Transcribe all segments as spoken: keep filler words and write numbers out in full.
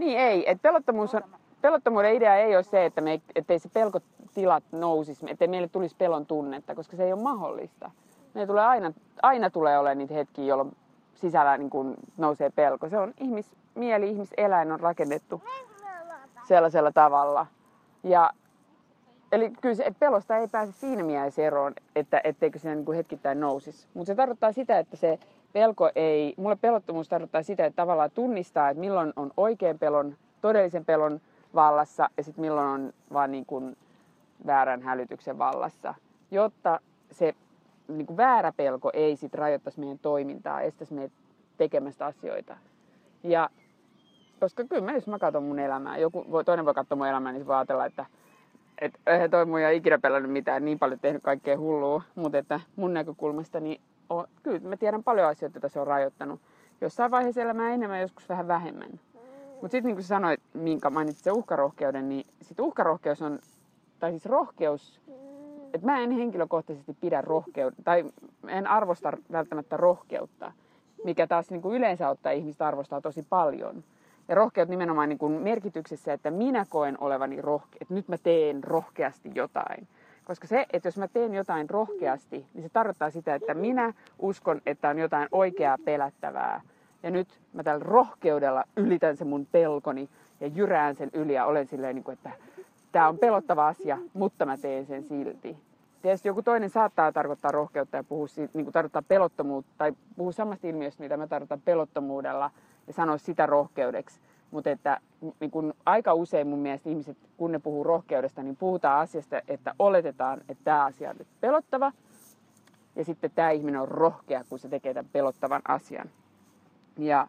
Niin ei, että pelottomuus on, pelottomuuden idea ei ole se, että me, ettei se pelkotilat nousisi, ettei meille tulisi pelon tunnetta, koska se ei ole mahdollista. Meillä tulee aina, aina tulee olemaan niitä hetkiä, jolloin sisällä niin kun nousee pelko. Se on ihmismieli, ihmiseläin on rakennettu sellaisella tavalla. Ja, eli kyllä se, pelosta ei pääse siinä mielessä eroon, että etteikö siinä niin kuin hetkittäin nousisi. Mutta se tarkoittaa sitä, että se pelko ei, mulle pelottomuus tarkoittaa sitä, että tavallaan tunnistaa, että milloin on oikean pelon, todellisen pelon vallassa ja sitten milloin on vaan niin kuin väärän hälytyksen vallassa, jotta se niin kuin väärä pelko ei sit rajoittaisi meidän toimintaa, estäisi meitä tekemästä asioita. Ja koska kyllä mä, jos mä katson mun elämää, joku, toinen voi katsoa mun elämää, niin se voi ajatella, että et, eihän toi mun ei ikinä pelannut mitään, niin paljon tehnyt kaikkea hullua, mutta että mun näkökulmasta, niin on, kyllä mä tiedän paljon asioita, joita se on rajoittanut. Jossain vaiheessa elämää enemmän, joskus vähän vähemmän. Mutta sitten niin kuin sä sanoit, minkä mainitsit se uhkarohkeuden, niin sit uhkarohkeus on, tai siis rohkeus, että mä en henkilökohtaisesti pidä rohkeutta, tai en arvosta välttämättä rohkeutta, mikä taas niin kuin yleensä ottaa ihmistä arvostaa tosi paljon. Ja rohkeut nimenomaan niin kuin merkityksessä, että minä koen olevani rohkea, että nyt mä teen rohkeasti jotain. Koska se, että jos mä teen jotain rohkeasti, niin se tarkoittaa sitä, että minä uskon, että on jotain oikeaa pelättävää. Ja nyt mä tällä rohkeudella ylitän sen mun pelkoni ja jyrään sen yli ja olen silleen, niin kuin, että tämä on pelottava asia, mutta mä teen sen silti. Tietysti joku toinen saattaa tarkoittaa rohkeutta ja puhua siitä, niin kuin tarkoittaa pelottomuutta, tai puhua samasta ilmiöstä, mitä mä tarkoitan pelottomuudella, ja sanoa sitä rohkeudeksi. Mutta että niin kun aika usein mun mielestä ihmiset, kun ne puhuu rohkeudesta, niin puhutaan asiasta, että oletetaan, että tämä asia on nyt pelottava, ja sitten tämä ihminen on rohkea, kun se tekee tämän pelottavan asian. Ja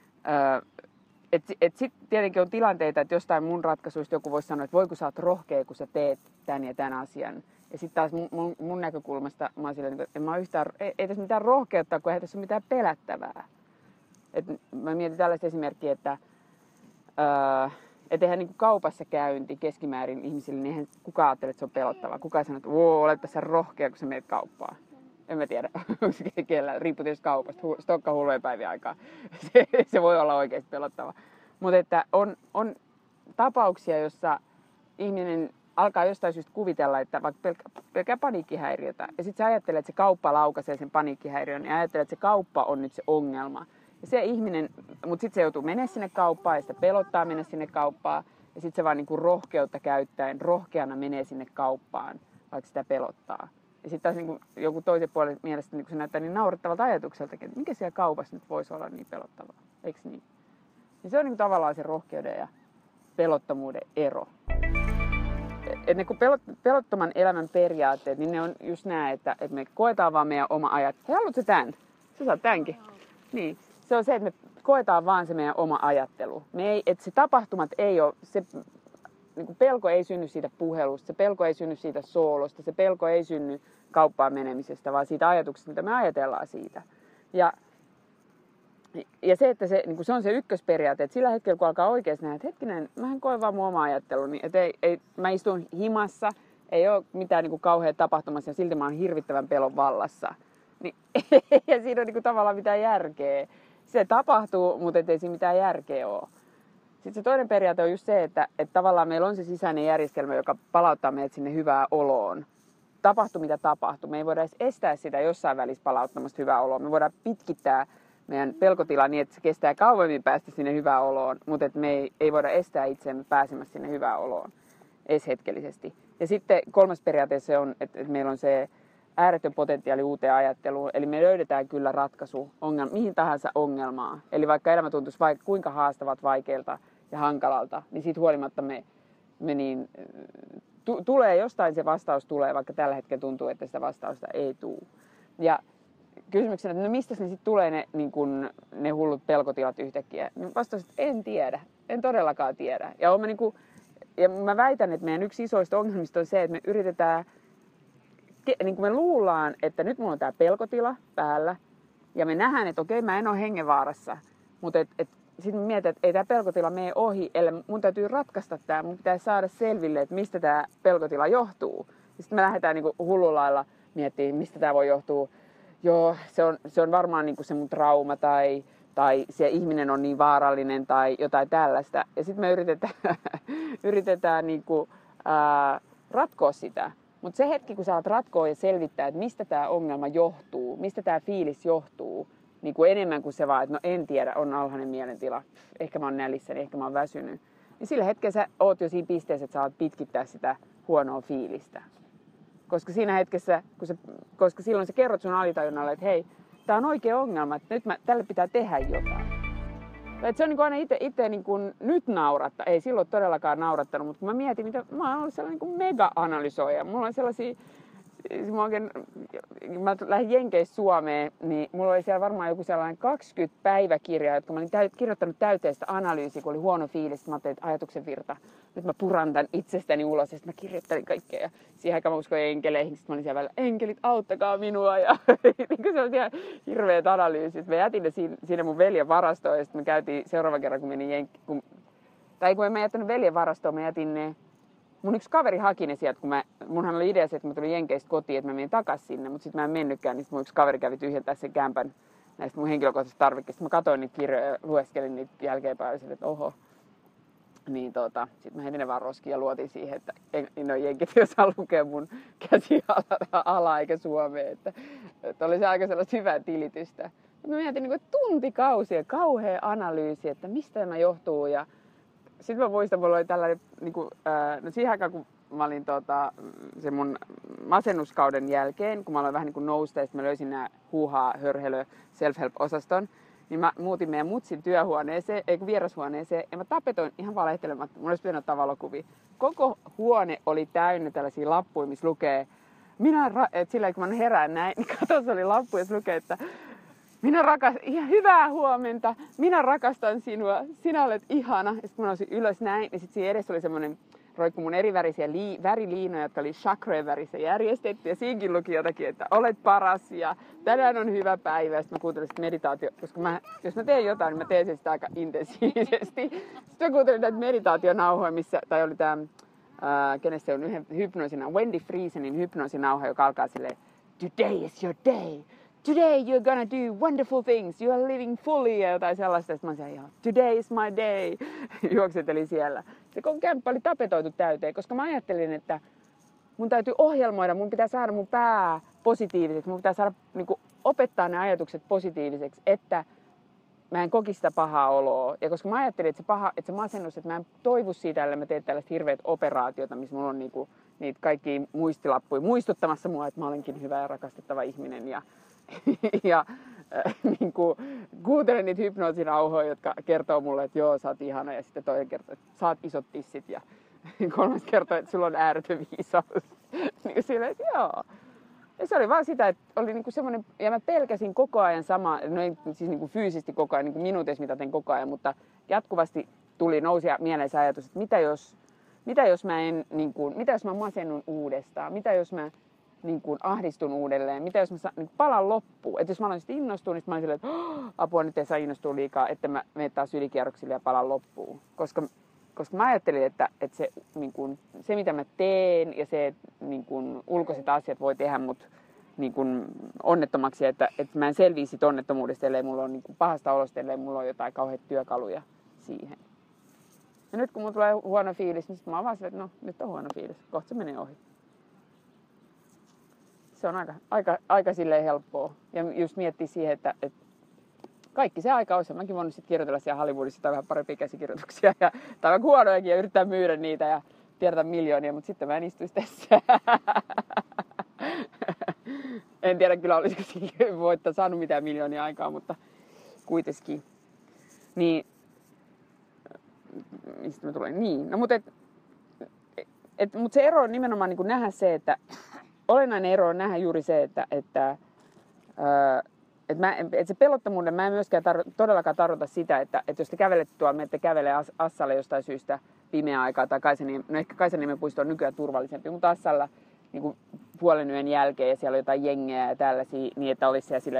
että et sitten tietenkin on tilanteita, että jostain mun ratkaisuista joku voisi sanoa, että voi kun sä oot rohkea, kun sä teet tämän ja tämän asian. Ja sitten taas mun, mun, mun näkökulmasta mä oon silleen, että en mä yhtään, ei, ei tässä mitään rohkeutta, kun ei tässä ole mitään pelättävää. Et mä mietin tällaista esimerkkiä, että öö, et eihän niinku kaupassa käynti keskimäärin ihmisille, niin eihän kukaan ajattele, että se on pelottavaa. Kukaan sanoo, että oo, olet tässä rohkea, kun sä menet kauppaan. En mä tiedä, onko se kellä, riippuu tietysti kaupasta, stokka hullujen päivien aikaa. Se, se voi olla oikeasti pelottava. Mutta että on, on tapauksia, jossa ihminen alkaa jostain syystä kuvitella, että vaikka pelkää, pelkää paniikkihäiriötä. Ja sitten sä ajattelet, että se kauppa laukaisee sen paniikkihäiriön. Ja ajattelet, että se kauppa on nyt se ongelma. Ja se ihminen, mutta sitten se joutuu menemään sinne kauppaan ja sitä pelottaa mennä sinne kauppaan. Ja sitten se vaan niinku rohkeutta käyttäen, rohkeana menee sinne kauppaan, vaikka sitä pelottaa. Ja sitten taas niin joku toisen puolen mielestä niin se näyttää niin naurettavalta ajatukseltakin, että mikä siellä kaupassa nyt voisi olla niin pelottavaa, eikö niin? Ja se on niin tavallaan se rohkeuden ja pelottomuuden ero. Et ne kun pelot, pelottoman elämän periaatteet, niin ne on just nämä, että, että me koetaan vaan meidän oma ajat. Hei, haluatko tämän? Sä saat tämänkin. Niin. Se on se, että me koetaan vaan se meidän oma ajattelu. Me ei, että se tapahtumat ei ole, se niin kuin pelko ei synny siitä puhelusta, se pelko ei synny siitä soolosta, se pelko ei synny kauppaan menemisestä, vaan siitä ajatuksesta, mitä me ajatellaan siitä. Ja, ja se, että se, niin kuin se on se ykkösperiaate, että sillä hetkellä, kun alkaa oikeasti nähdä, että hetkinen, mähän koen vaan mun oma ajatteluni, että ei, ei, mä istun himassa, ei ole mitään niin kuin kauheaa tapahtumassa ja silti mä oon hirvittävän pelon vallassa. Niin ei siinä ole niin kuin tavallaan mitään järkeä. Se tapahtuu, mutta ei siinä mitään järkeä ole. Sitten se toinen periaate on just se, että, että tavallaan meillä on se sisäinen järjestelmä, joka palauttaa meidät sinne hyvään oloon. Tapahtuu mitä tapahtuu. Me ei voida edes estää sitä jossain välissä palauttamasta hyvää oloa. Me voidaan pitkittää meidän pelkotilaa niin, että se kestää kauemmin päästä sinne hyvään oloon, mutta että me ei, ei voida estää itseämme pääsemästä sinne hyvään oloon edes hetkellisesti. Ja sitten kolmas periaate se on, että, että meillä on se ääretön potentiaali uuteen ajatteluun. Eli me löydetään kyllä ratkaisu ongelma, mihin tahansa ongelmaan. Eli vaikka elämä tuntuisi vaikka kuinka haastavat, vaikealta ja hankalalta, niin siitä huolimatta me, me niin, tu, tulee jostain se vastaus tulee, vaikka tällä hetkellä tuntuu, että sitä vastausta ei tule. Ja kysymyksenä, että no mistä ne sitten tulee ne, niin kun, ne hullut pelkotilat yhtäkkiä? Vastaus, että en tiedä. En todellakaan tiedä. Ja, mä, niin kun, ja mä väitän, että meidän yksi isoista ongelmista on se, että me yritetään, niin kuin me luullaan, että nyt mulla on tää pelkotila päällä, ja me nähdään, että okei, mä en ole hengenvaarassa, mutta et, et, sitten mietin, että ei tämä pelkotila mene ohi, ellei mun täytyy ratkaista tämä, mun pitää saada selville, että mistä tämä pelkotila johtuu. Sitten me lähdetään niin hullulailla miettimään, mistä tämä voi johtua. Joo, se on, se on varmaan niin kuin se mun trauma tai tai se ihminen on niin vaarallinen tai jotain tällaista. Ja sitten me yritetään, yritetään niinku, ää, ratkoa sitä. Mutta se hetki, kun sä alat ratkoa ja selvittää, että mistä tämä ongelma johtuu, mistä tämä fiilis johtuu, niin kuin enemmän kuin se vaan, että no en tiedä, on alhainen mielentila, ehkä mä oon nälissäni, ehkä mä oon väsynyt. Niin sillä hetkellä sä oot jo siinä pisteessä, että sä alat pitkittää sitä huonoa fiilistä. Koska siinä hetkessä, kun sä, koska silloin sä kerrot sun alitajunnalle, että hei, tää on oikea ongelma, että nyt mä, tälle pitää tehdä jotain. Et se on niin aina itse, itse niin kuin nyt nauratta, ei silloin todellakaan naurattanut, mutta kun mä mietin, mitä mä oon ollut sellainen niin mega-analysoija. Mulla on sellaisia, mä, oikein, mä lähdin Jenkeistä Suomeen, niin mulla oli siellä varmaan joku sellainen kaksikymmentä päiväkirjaa, jotka mä olin täyt, kirjoittanut täyteen sitä analyysiä, kun oli huono fiilis. Mä ajattelin, että ajatuksen virta, nyt mä puran tän itsestäni ulos ja sitten mä kirjoittelin kaikkea. Ja siihen aikaan mä uskoin enkeleihin, sitten mä olin siellä välillä, enkelit auttakaa minua. Ja niin se oli ihan hirveät analyysit. Mä jätin ne siinä mun veljen varastoon ja sitten me käytiin seuraavan kerran, kun menin Jenk... Kun, tai kun en mä jättänyt veljen varastoon, mä jätin ne. Mun yksi kaveri haki ne sieltä, kun mä, munhan oli idea se, että mä tulin Jenkeistä kotiin, että mä menin takas sinne, mutta sitten mä en mennytkään, niin sit mun yksi kaveri kävi tyhjentää sen kämpän näistä mun henkilökohtaisista tarvikkeista. Mä katsoin niitä kirjoja ja lueskelin niitä jälkeenpäin ja että oho. Niin tota, sit mä heitin ne vaan roskiin ja luotin siihen, että en, no Jenkit ei osaa lukea mun käsialaa eikä suomea, että, että oli se aika sellaista hyvää tilitystä. Mä mietin niin kuin tuntikausia, kauhea analyysi, että mistä tämä johtuu ja sitten mä muistan, mulla oli tällainen, niin kuin, ää, no siihen aikaan kun mä olin tota, se mun masennuskauden jälkeen, kun mä aloin vähän niin kuin nousta ja mä löysin nää huuhaa, hörhelö, self-help-osaston, niin mä muutin meidän mutsin työhuoneeseen, ei kun vierashuoneeseen, ja mä tapetoin ihan valehtelematta, mulla olisi pitänyt ottaa valokuvia. Koko huone oli täynnä tällaisia lappuja, missä lukee, minä, ra- et sillä kun mä herään näin, niin katossa oli lappu, jossa lukee, että minä rakastan, ihan hyvää huomenta, minä rakastan sinua, sinä olet ihana. Ja sitten mä nousin ylös näin, ja sitten siinä edessä oli semmoinen, roikku mun erivärisiä lii, väriliinoja, jotka oli chakreen värissä järjestetty. Ja siinkin luki jotakin, että olet paras ja tänään on hyvä päivä. Ja sitten mä kuuntelin sitä meditaatio, koska mä, jos mä teen jotain, niin mä teen sitä aika intensiivisesti. Sitten mä kuuntelin näitä meditaationauhoja, missä, tai oli tää, ää, kenessä se on yhden hypnoosina, Wendy Friesenin hypnoosinauha, joka alkaa silleen, today is your day. Today you're gonna do wonderful things, you are living fully ja jotain sellaista. Sitten mä sanoin, joo, today is my day. Juoksetelin siellä. Se koko kämppä oli tapetoitu täyteen, koska mä ajattelin, että mun täytyy ohjelmoida, mun pitää saada mun pää positiiviseksi, mun pitää saada niin kuin, opettaa ne ajatukset positiiviseksi, että mä en kokisi sitä pahaa oloa. Ja koska mä ajattelin, että se, paha, että se masennus, että mä en toivu siitä, että mä teen tällaista hirveät operaatiota, missä mulla on niin kuin, niitä kaikkia muistilappuja muistuttamassa mua, että mä olenkin hyvä ja rakastettava ihminen. Ja ja äh, niin kuin, kuuntelen niitä hypnoosinauhoja, jotka kertoo mulle, että joo, sä oot ihana. Ja sitten toinen kertoo, että sä oot isot tissit. Ja kolmas kertoo, että sulla on ääretön viisaus. Niin silleen, että joo. Ja se oli vaan sitä, että oli niinku semmoinen, ja mä pelkäsin koko ajan sama, no ei siis niinku fyysisesti koko ajan, niinku minuuteissa mitaten koko ajan, mutta jatkuvasti tuli, nousi mieleen se ajatus, että mitä jos, mitä jos mä en, niinku, mitä jos mä masennun uudestaan, mitä jos mä niin kuin ahdistun uudelleen, mitä jos mä saan, niin palan loppuun. Että jos mä aloin sitten innostua, niin mä olin silleen, että oh, apua, nyt ei saa innostua liikaa, että mä menen taas ylikierroksille ja palan loppuun. Koska, koska mä ajattelin, että, että se, niin kuin, se, mitä mä teen ja se, että niin kuin, ulkoiset asiat voi tehdä mut niin kuin, onnettomaksi, että, että mä en selviä siitä onnettomuudesta, ellei mulla on niin kuin, pahasta olosta, ellei mulla on jotain kauheita työkaluja siihen. Ja nyt kun mulla tulee huono fiilis, niin sitten mä oon vaan silleen, että no, nyt on huono fiilis, kohta se menee ohi. Se on aika, aika, aika silleen helppoa. Ja just miettiä siihen, että, että kaikki se aika olisi. Mäkin voinut sitten kirjoitella siellä Hollywoodissa tai vähän parempia käsikirjoituksia. Ja, tai vaikka huonojakin ja yrittää myydä niitä ja tiedätä miljoonia, mutta sitten mä en istuisi tässä. En tiedä kyllä, olisiko voittaa saanut mitään miljoonia aikaa, mutta kuitenkin. Niin, mistä mä tulen? Niin, no mutta et, et, mut se ero on nimenomaan niin kuin nähdä se, että olennainen ero on nähdä juuri se, että, että, ää, että, mä, että se pelottomuuden, mä en myöskään tar- todellakaan tarkoita sitä, että, että jos te kävelette tuolla, menette kävelee As- Assalle jostain syystä pimeää aikaa tai Kaisaniemen, no ehkä Kaisaniemen puisto on nykyään turvallisempi, mutta Assalla niin kuin puolen yön jälkeen ja siellä on jotain jengeä ja tällaisia, niin että olisi siellä silleen, että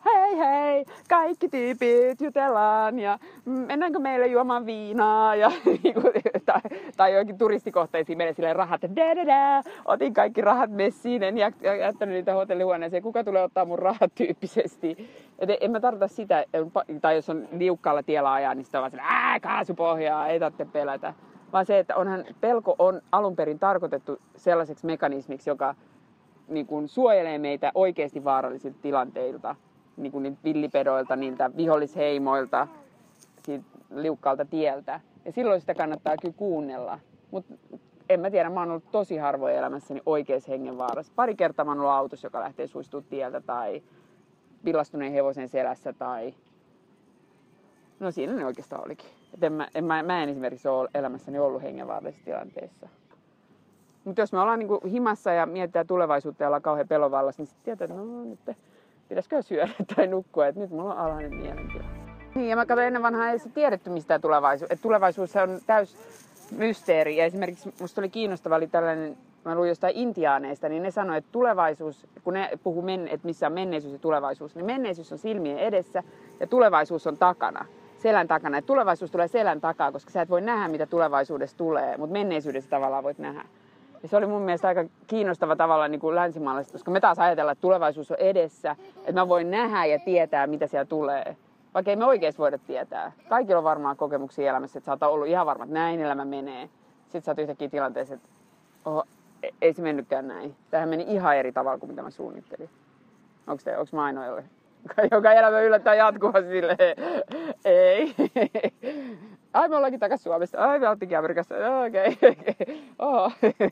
hei hei, kaikki tyypit, jutellaan ja mennäänkö meille juomaan viinaa ja tai, tai jokin turistikohteisiin menee silleen rahat, da otin kaikki rahat messiin, en jättänyt niitä hotellihuoneeseen, kuka tulee ottaa mun rahat tyyppisesti. Et en mä tarkoita sitä, tai jos on liukkaalla tiellä ajaa, niin sitä on vaan silleen, ää, kaasupohjaa, ei tarvitse pelätä. Vaan se, että onhan pelko on alun perin tarkoitettu sellaiseksi mekanismiksi, joka niin kuin suojelee meitä oikeasti vaarallisilta tilanteilta, niin kuin niiltä villipedoilta, niiltä vihollisheimoilta, siitä liukkaalta tieltä. Ja silloin sitä kannattaa kyllä kuunnella. Mutta en mä tiedä, mä oon ollut tosi harvoin elämässäni oikeassa hengenvaarassa. Pari kertaa mä oon ollut autossa, joka lähtee suistua tieltä, tai pillastuneen hevosen selässä, tai no siinä ne oikeastaan olikin. Et en mä, en, mä, mä en esimerkiksi ole elämässäni ollut hengenvaarallisessa tilanteessa. Mutta jos me ollaan niinku himassa ja mietitään tulevaisuutta ja ollaan kauhean pelovallassa, niin sitten tietää, että no nyt pitäisikö syödä tai nukkua, että nyt mulla on alhainen mielentila. Niin, ja mä katsoin ennen vanhaa ei se tiedetty mistään tulevaisuus. Että tulevaisuus on täys mysteeri. Ja esimerkiksi musta oli kiinnostava, oli tällainen, mä luin jostain intiaaneista, niin ne sanoi, että tulevaisuus, kun ne puhuu, men, että missä on menneisyys ja tulevaisuus, niin menneisyys on silmien edessä ja tulevaisuus on takana. Selän takana. Et tulevaisuus tulee selän takaa, koska sä et voi nähdä, mitä tulevaisuudessa tulee, mutta menneisyydessä tavallaan voit nähdä. Ja se oli mun mielestä aika kiinnostava tavalla niin kuin länsimaalaisesta, koska me taas ajatellaan, että tulevaisuus on edessä, että mä voin nähdä ja tietää, mitä siellä tulee. Vaikka ei me oikeasti voida tietää. Kaikilla on varmaan kokemuksia elämässä, että sä oot ollut ihan varma, että näin elämä menee. Sitten sä oot yhtäkkiä tilanteessa, että oho, ei se mennytkään näin. Tämähän meni ihan eri tavalla kuin mitä mä suunnittelin. Onko, te, onko mä ainoa, jolle? Joka elämä yllättää jatkuvasti silleen, ei. Ai me ollaankin takas Suomessa. Ai me oltiinkin Amerikassa. Okei. Okay. Oho.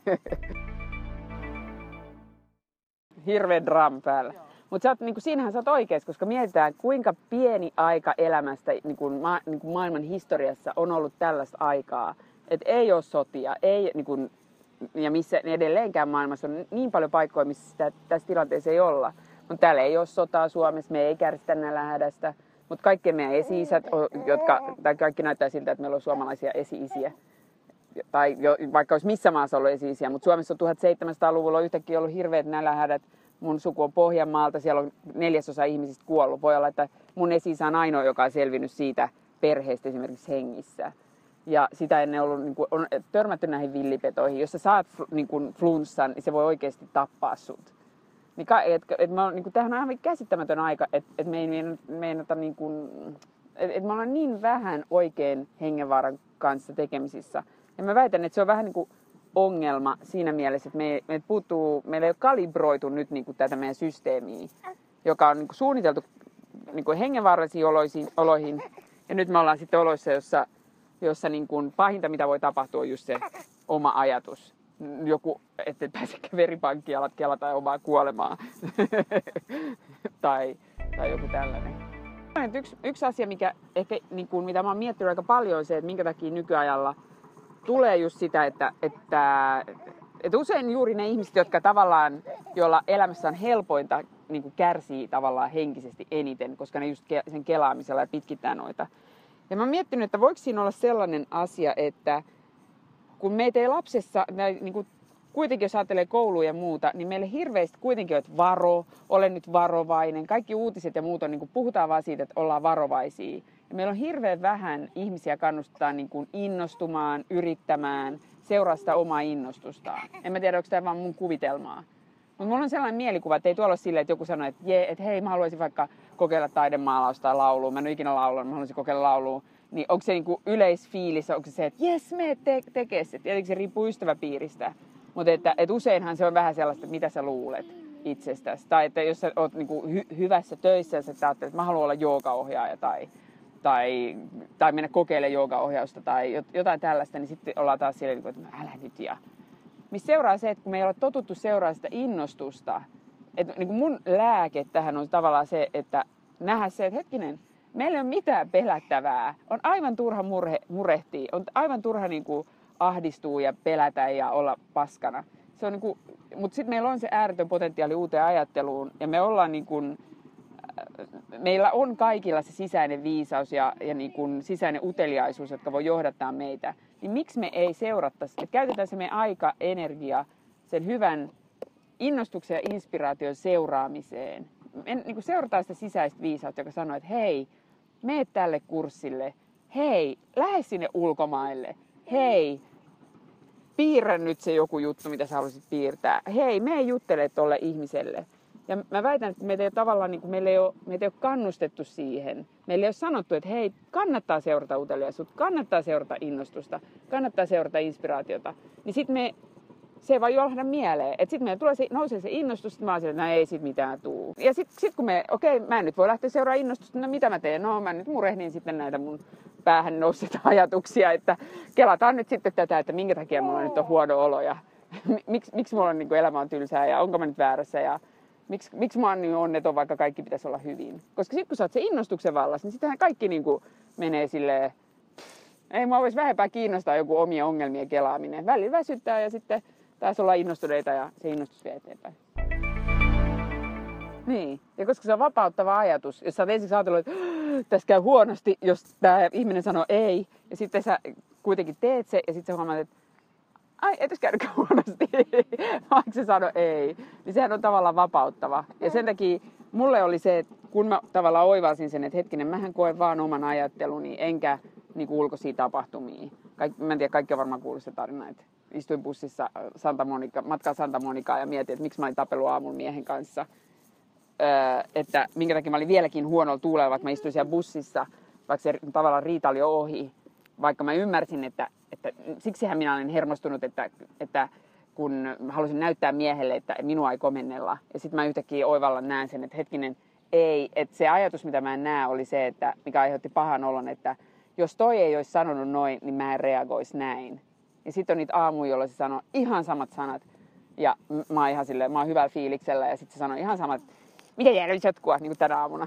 Hirveä dram päällä. Mutta niinku, siinähän sä oot oikeassa, koska mietitään kuinka pieni aika elämästä niinku, ma, niinku maailman historiassa on ollut tällaista aikaa. Että ei ole sotia, ei, niinku, ja missä edelleenkään maailmassa on niin paljon paikkoja, missä sitä, tässä tilanteessa ei olla. Mutta täällä ei ole sotaa Suomessa, me ei kärsitä nälänhädästä. Mutta kaikki meidän esi-isät, jotka, tai kaikki näyttää siltä, että meillä on suomalaisia esi-isiä. Tai jo, vaikka olisi missä maassa ollut esi-isiä, mutta Suomessa on tuhatseitsemänsataaluvulla on yhtäkkiä ollut hirveät nälänhädät. Mun suku on Pohjanmaalta, siellä on neljäsosa ihmisistä kuollut. Voi olla, että mun esi-isä on ainoa, joka on selvinnyt siitä perheestä esimerkiksi hengissä. Ja sitä ennen ollut, niin kuin, on törmätty näihin villipetoihin. Jos sä saat niin kuin flunssan, niin se voi oikeasti tappaa sut. Niin, et, et mä oon, niin kuin, tämähän on aivan käsittämätön aika, että et me ei meinata, niin kuin, että et me ollaan niin vähän oikein hengenvaaran kanssa tekemisissä. Ja mä väitän, että se on vähän niin kuin ongelma siinä mielessä, että me, me puuttuu, meillä ei ole kalibroitu nyt niin kuin tätä meidän systeemiä, joka on niin kuin suunniteltu niin kuin hengenvaarallisiin oloihin. Ja nyt me ollaan sitten oloissa, jossa, jossa niin kuin pahinta, mitä voi tapahtua, on just se oma ajatus. Joku, ettei pääsekään veripankkiin alat kelata omaa kuolemaa. tai, tai joku tällainen. Yksi, yksi asia, mikä ehkä, niin kuin, mitä mä oon miettinyt aika paljon, on se, että minkä takia nykyajalla tulee just sitä, että, että, että usein juuri ne ihmiset, jotka tavallaan, joilla elämässä on helpointa, niin kuin kärsii tavallaan henkisesti eniten, koska ne just sen kelaamisella ja pitkittää noita. Ja mä oon miettinyt, että voiko siinä olla sellainen asia, että kun meitä ei lapsessa, niin kuin kuitenkin jos ajattelee kouluja ja muuta, niin meille hirveästi kuitenkin on, että varo, ole nyt varovainen. Kaikki uutiset ja muut on, niin kuin puhutaan vaan siitä, että ollaan varovaisia. Ja meillä on hirveän vähän ihmisiä kannustaa niin kuin innostumaan, yrittämään, seuraa sitä omaa innostustaan. En mä tiedä, onko tämä vaan mun kuvitelmaa. Mutta mulla on sellainen mielikuva, että ei tuolla ole silleen, että joku sanoo, että, jee, että hei, mä haluaisin vaikka kokeilla taidemaalausta tai laulua. Mä en ole ikinä laulanut, mä haluaisin kokeilla laulua. Niin onko se niinku yleisfiilis, onko se se, että jes, me te- tekee se. Tietenkin se riippuu ystäväpiiristä. Mutta että, että useinhan se on vähän sellaista, että mitä sä luulet itsestäsi. Tai että jos sä oot niinku hy- hyvässä töissä ja sä ajattelet, että mä haluan olla joogaohjaaja tai, tai, tai mennä kokeilemaan joogaohjausta tai jotain tällaista, niin sitten ollaan taas silleen, että älä nyt ja. Mistä seuraa se, että kun me ei ole totuttu seuraa sitä innostusta, että niin kuin mun lääke tähän on tavallaan se, että nähdä se, että hetkinen, meillä ei ole mitään pelättävää. On aivan turha murhe, murehtia, on aivan turha niin kuin ahdistua ja pelätä ja olla paskana. Se on niin kuin, mutta sitten meillä on se ääretön potentiaali uuteen ajatteluun ja me ollaan niin kuin, meillä on kaikilla se sisäinen viisaus ja, ja niin kuin sisäinen uteliaisuus, jotka voi johdattaa meitä. Niin miksi me ei seurattaisi, että käytetään se meidän aika, energia sen hyvän innostuksen ja inspiraation seuraamiseen. me niin kuin seurataan sitä sisäistä viisautta, joka sanoo, että hei, mene tälle kurssille, hei, lähde sinne ulkomaille, hei, piirrä nyt se joku juttu, mitä sä haluaisit piirtää, hei, mene juttele tolle ihmiselle. Ja mä väitän, että meitä ei ole tavallaan, niin kuin meillä ei ole, meitä ei ole kannustettu siihen. Meillä ei ole sanottu, että hei, kannattaa seurata uteliaisuutta, kannattaa seurata innostusta, kannattaa seurata inspiraatiota. Niin sit me, se ei vaan johda mieleen. Että sit meillä tulee se, nousee se innostus, sit mä oon sille, että no ei sit mitään tuu. Ja sit, sit kun me, okei, mä en nyt voi lähteä seuraamaan innostusta, no mitä mä teen? No mä nyt murehdin sitten näitä mun päähän nousseita ajatuksia, että kelataan nyt sitten tätä, että minkä takia mulla nyt on huono olo ja miksi, miksi mulla on, niin kuin elämä on tylsää ja onko mä nyt väärässä ja Miksi, miksi mä oon niin onneton, vaikka kaikki pitäisi olla hyvin? Koska sitten kun sä oot se innostuksen vallassa, niin sittenhän kaikki niin kuin menee silleen, pff, ei mua voisi vähempää kiinnostaa joku omien ongelmien kelaaminen. Välillä väsyttää ja sitten taas ollaan innostuneita ja se innostus vie eteenpäin. Niin, ja koska se on vapauttava ajatus, jos sä oot ensiksi ajatellut, että tässä käy huonosti, jos tämä ihminen sanoo ei, ja sitten sä kuitenkin teet se, ja sitten sä huomaat, että ai, ei tässä käynytkään huonosti, vaikka se sanoi ei. Niin sehän on tavallaan vapauttava. Ja sen takia mulle oli se, että kun mä tavallaan oivalsin sen, että hetkinen, mähän koen vaan oman ajatteluni, enkä niin kuin ulkoisia tapahtumia. Kaik, mä en tiedä, kaikki on varmaan kuullut se tarina, että istuin bussissa Santa Monica, matkaan Santa Monicaan ja mietin, että miksi mä olin tapellut aamun miehen kanssa. Öö, että minkä takia mä olin vieläkin huonolla tuulella, vaikka mä istuin siellä bussissa, vaikka se tavallaan riita oli jo ohi. Vaikka mä ymmärsin, että, että siksihän minä olen hermostunut, että, että kun halusin näyttää miehelle, että minua ei komennella. Ja sitten mä yhtäkkiä oivalla näen sen, että hetkinen, ei. Että se ajatus, mitä mä en näe, oli se, että mikä aiheutti pahan olon, että jos toi ei olisi sanonut noin, niin mä en reagoisi näin. Ja sitten on niitä aamuja, jolloin se sanoo ihan samat sanat. Ja mä oon ihan silleen, mä oon hyvällä fiiliksellä. Ja sitten se sanoo ihan samat, miten jäädä sotkua, niin kuin tänä aamuna.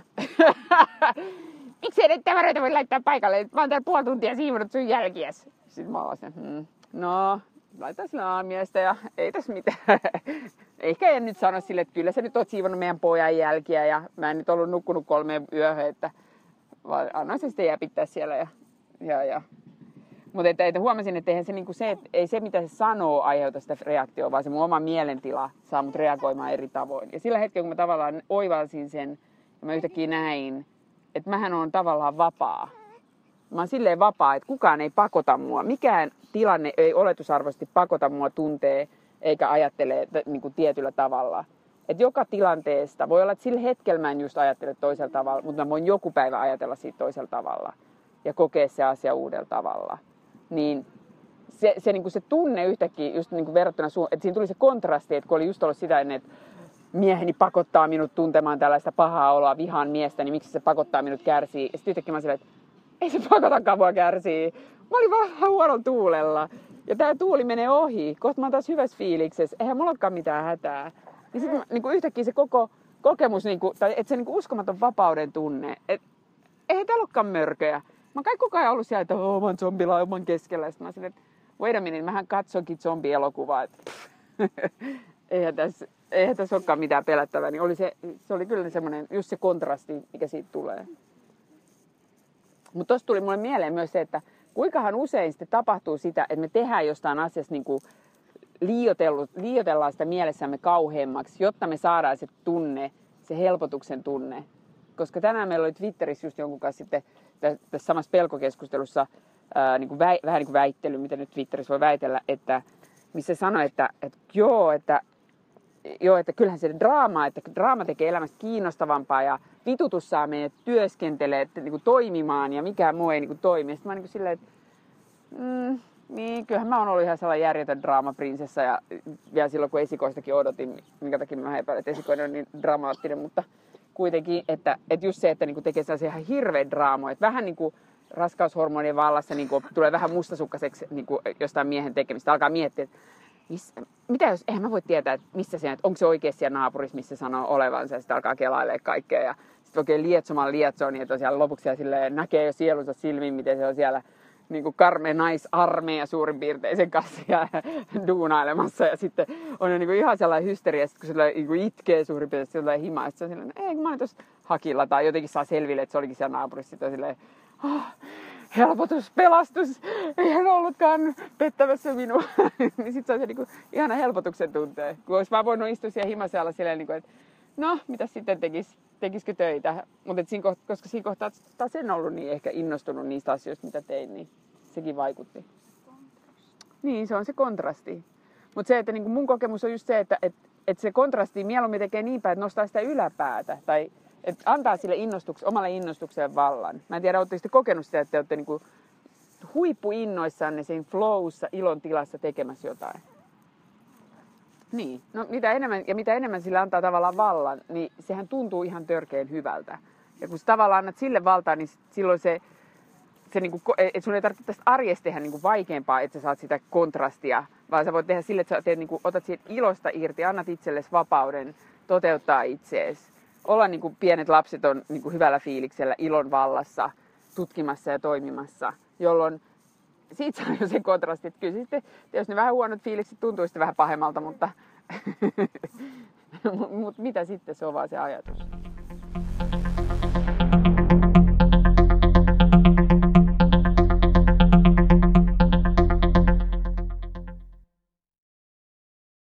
Miksi ei näitä tavaroita voi laittaa paikalle? Mä oon täällä puoli tuntia siivonut sun jälkiäs. Sitten mä oon hmm, no, laitetaan sille aamiestä ja ei tässä mitään. Ehkä en nyt sano sille, että kyllä sä nyt oot siivonut meidän pojan jälkiä ja mä en nyt ollut nukkunut kolmeen yöhön, että vaan annoin se sitten jäpittää siellä. Ja, ja, ja. Mutta että, että huomasin, että eihän se, niin kuin se, että ei se mitä se sanoo aiheuta sitä reaktioa, vaan se mun oma mielentila saa mut reagoimaan eri tavoin. Ja sillä hetkellä, kun mä tavallaan oivalsin sen ja mä yhtäkkiä näin, että mähän on tavallaan vapaa. Mä oon silleen vapaa, että kukaan ei pakota mua. Mikään tilanne ei oletusarvoisesti pakota mua tuntee eikä ajattele niin kuin tietyllä tavalla. Että joka tilanteesta, voi olla, että sillä hetkellä mä en just ajattele toisella tavalla, mutta mä voin joku päivä ajatella siitä toisella tavalla ja kokea se asia uudella tavalla. Niin se, se, niin kuin se tunne yhtäkkiä, just niin kuin verrattuna suun, että siinä tuli se kontrasti, että kun oli just ollut sitä ennen, että mieheni pakottaa minut tuntemaan tällaista pahaa oloa, vihaan miestä, niin miksi se pakottaa minut kärsii. Ja sitten yhtäkkiä mä silleen, että ei se pakotakaan mua kärsii. Mä olin vaan huonolla tuulella. Ja tää tuuli menee ohi. Kohta mä oon taas hyvässä fiiliksessä. Eihän mulla olekaan mitään hätää. Niin sitten niin yhtäkkiä se koko kokemus, niin kuin, tai että se niin kuin uskomaton vapauden tunne. Että eihän täällä olekaan mörköjä. Mä oon koko ajan ollut siellä, että oh, mä oon zombilauman keskellä. Sitten mä silleen, että wait a minute, mähän katsonkin zombielokuvaa. Että eihän tässä... Eihän tässä olekaan mitään pelättävää, niin oli se, se oli kyllä semmoinen, just se kontrasti, mikä siitä tulee. Mutta tossa tuli mulle mieleen myös se, että kuinkahan usein sitten tapahtuu sitä, että me tehdään jostain asiasta niin kuin liioitellaan sitä mielessämme kauheammaksi, jotta me saadaan se tunne, se helpotuksen tunne. Koska tänään meillä oli Twitterissä just jonkun kanssa sitten tässä samassa pelkokeskustelussa ää, niin kuin väi, vähän niin kuin väittely, mitä nyt Twitterissä voi väitellä, että missä sanoi, että, että joo, että Joo, että kyllähän se draama, että draama tekee elämästä kiinnostavampaa ja vitutus saa meidät työskentelemään, niin kuin toimimaan ja mikään muu ei niin kuin toimi. Sitten mä niin kuin silleen, että mm, niin, kyllähän mä oon ollut ihan sellainen järjetön draamaprinsessa ja vielä silloin kun esikoistakin odotin, minkä takia mä epäilen, että esikoinen on niin dramaattinen, mutta kuitenkin, että, että just se, että niin kuin tekee sellaisia ihan hirveä draamoja, että vähän niin kuin raskaushormonien vallassa niin kuin tulee vähän mustasukkaseksi niin kuin jostain miehen tekemistä, alkaa miettiä, että Miss, mitä jos, eihän mä voi tietää, että missä se on, että onko se oikeasti siellä naapurissa, missä sanoo olevansa, ja sitten alkaa kelailemaan kaikkea, ja sitten oikein lietsomaan lietsoa, niin että tosiaan lopuksi silleen, näkee jo sielunsa silmiin, miten se on siellä niin kuin karmea naisarmeija suurin piirtein sen kanssa ja duunailemassa, ja sitten on jo niin kuin ihan sellainen hysteria, kun se niin kuin itkee suurin piirtein, sitten tulee himaa, että se on silleen, ei, mä olin tuossa hakilla, tai jotenkin saa selville, että se olikin siellä naapurissa, sitten on silleen, oh, helpotus, pelastus, eihän ollutkaan pettämässä minua. Niin sit se on se niinku ihana helpotuksen tuntee. Kun olisi vaan voinut istua siellä himasealla silleen, niinku, että no, mitä sitten tekis, tekisikö töitä? Mutta siinä, koska siinä kohtaa taas en ollut niin ehkä innostunut niistä asioista, mitä tein, niin sekin vaikutti. Niin, se on se kontrasti. Mutta se, että niinku mun kokemus on just se, että et, et se kontrasti mieluummin tekee niin päin, että nostaa sitä yläpäätä. Tai et antaa sille innostuks, omalle innostukselle vallan. Mä en tiedä, oletteko te kokenut sitä, että te olette niinku huippuinnoissanne siinä flowssa, ilon tilassa tekemässä jotain. Niin, no mitä enemmän, ja mitä enemmän sille antaa tavallaan vallan, niin sehän tuntuu ihan törkeen hyvältä. Ja kun sä tavallaan annat sille valtaa, niin silloin se, se niinku, että sun ei tarvitse tästä arjesta tehdä niinku vaikeampaa, että sä saat sitä kontrastia, vaan sä voit tehdä sille, että sä teet, niinku, otat siitä ilosta irti, annat itsellesi vapauden toteuttaa itseesi. Olla niinku pienet lapset on niinku hyvällä fiiliksellä, ilon vallassa, tutkimassa ja toimimassa, jolloin siitä saa jo se kontrasti, että kyllä sitten, jos ne vähän huonot fiilikset tuntuu sitten vähän pahemmalta, mutta, mutta mitä sitten, se on vaan se ajatus.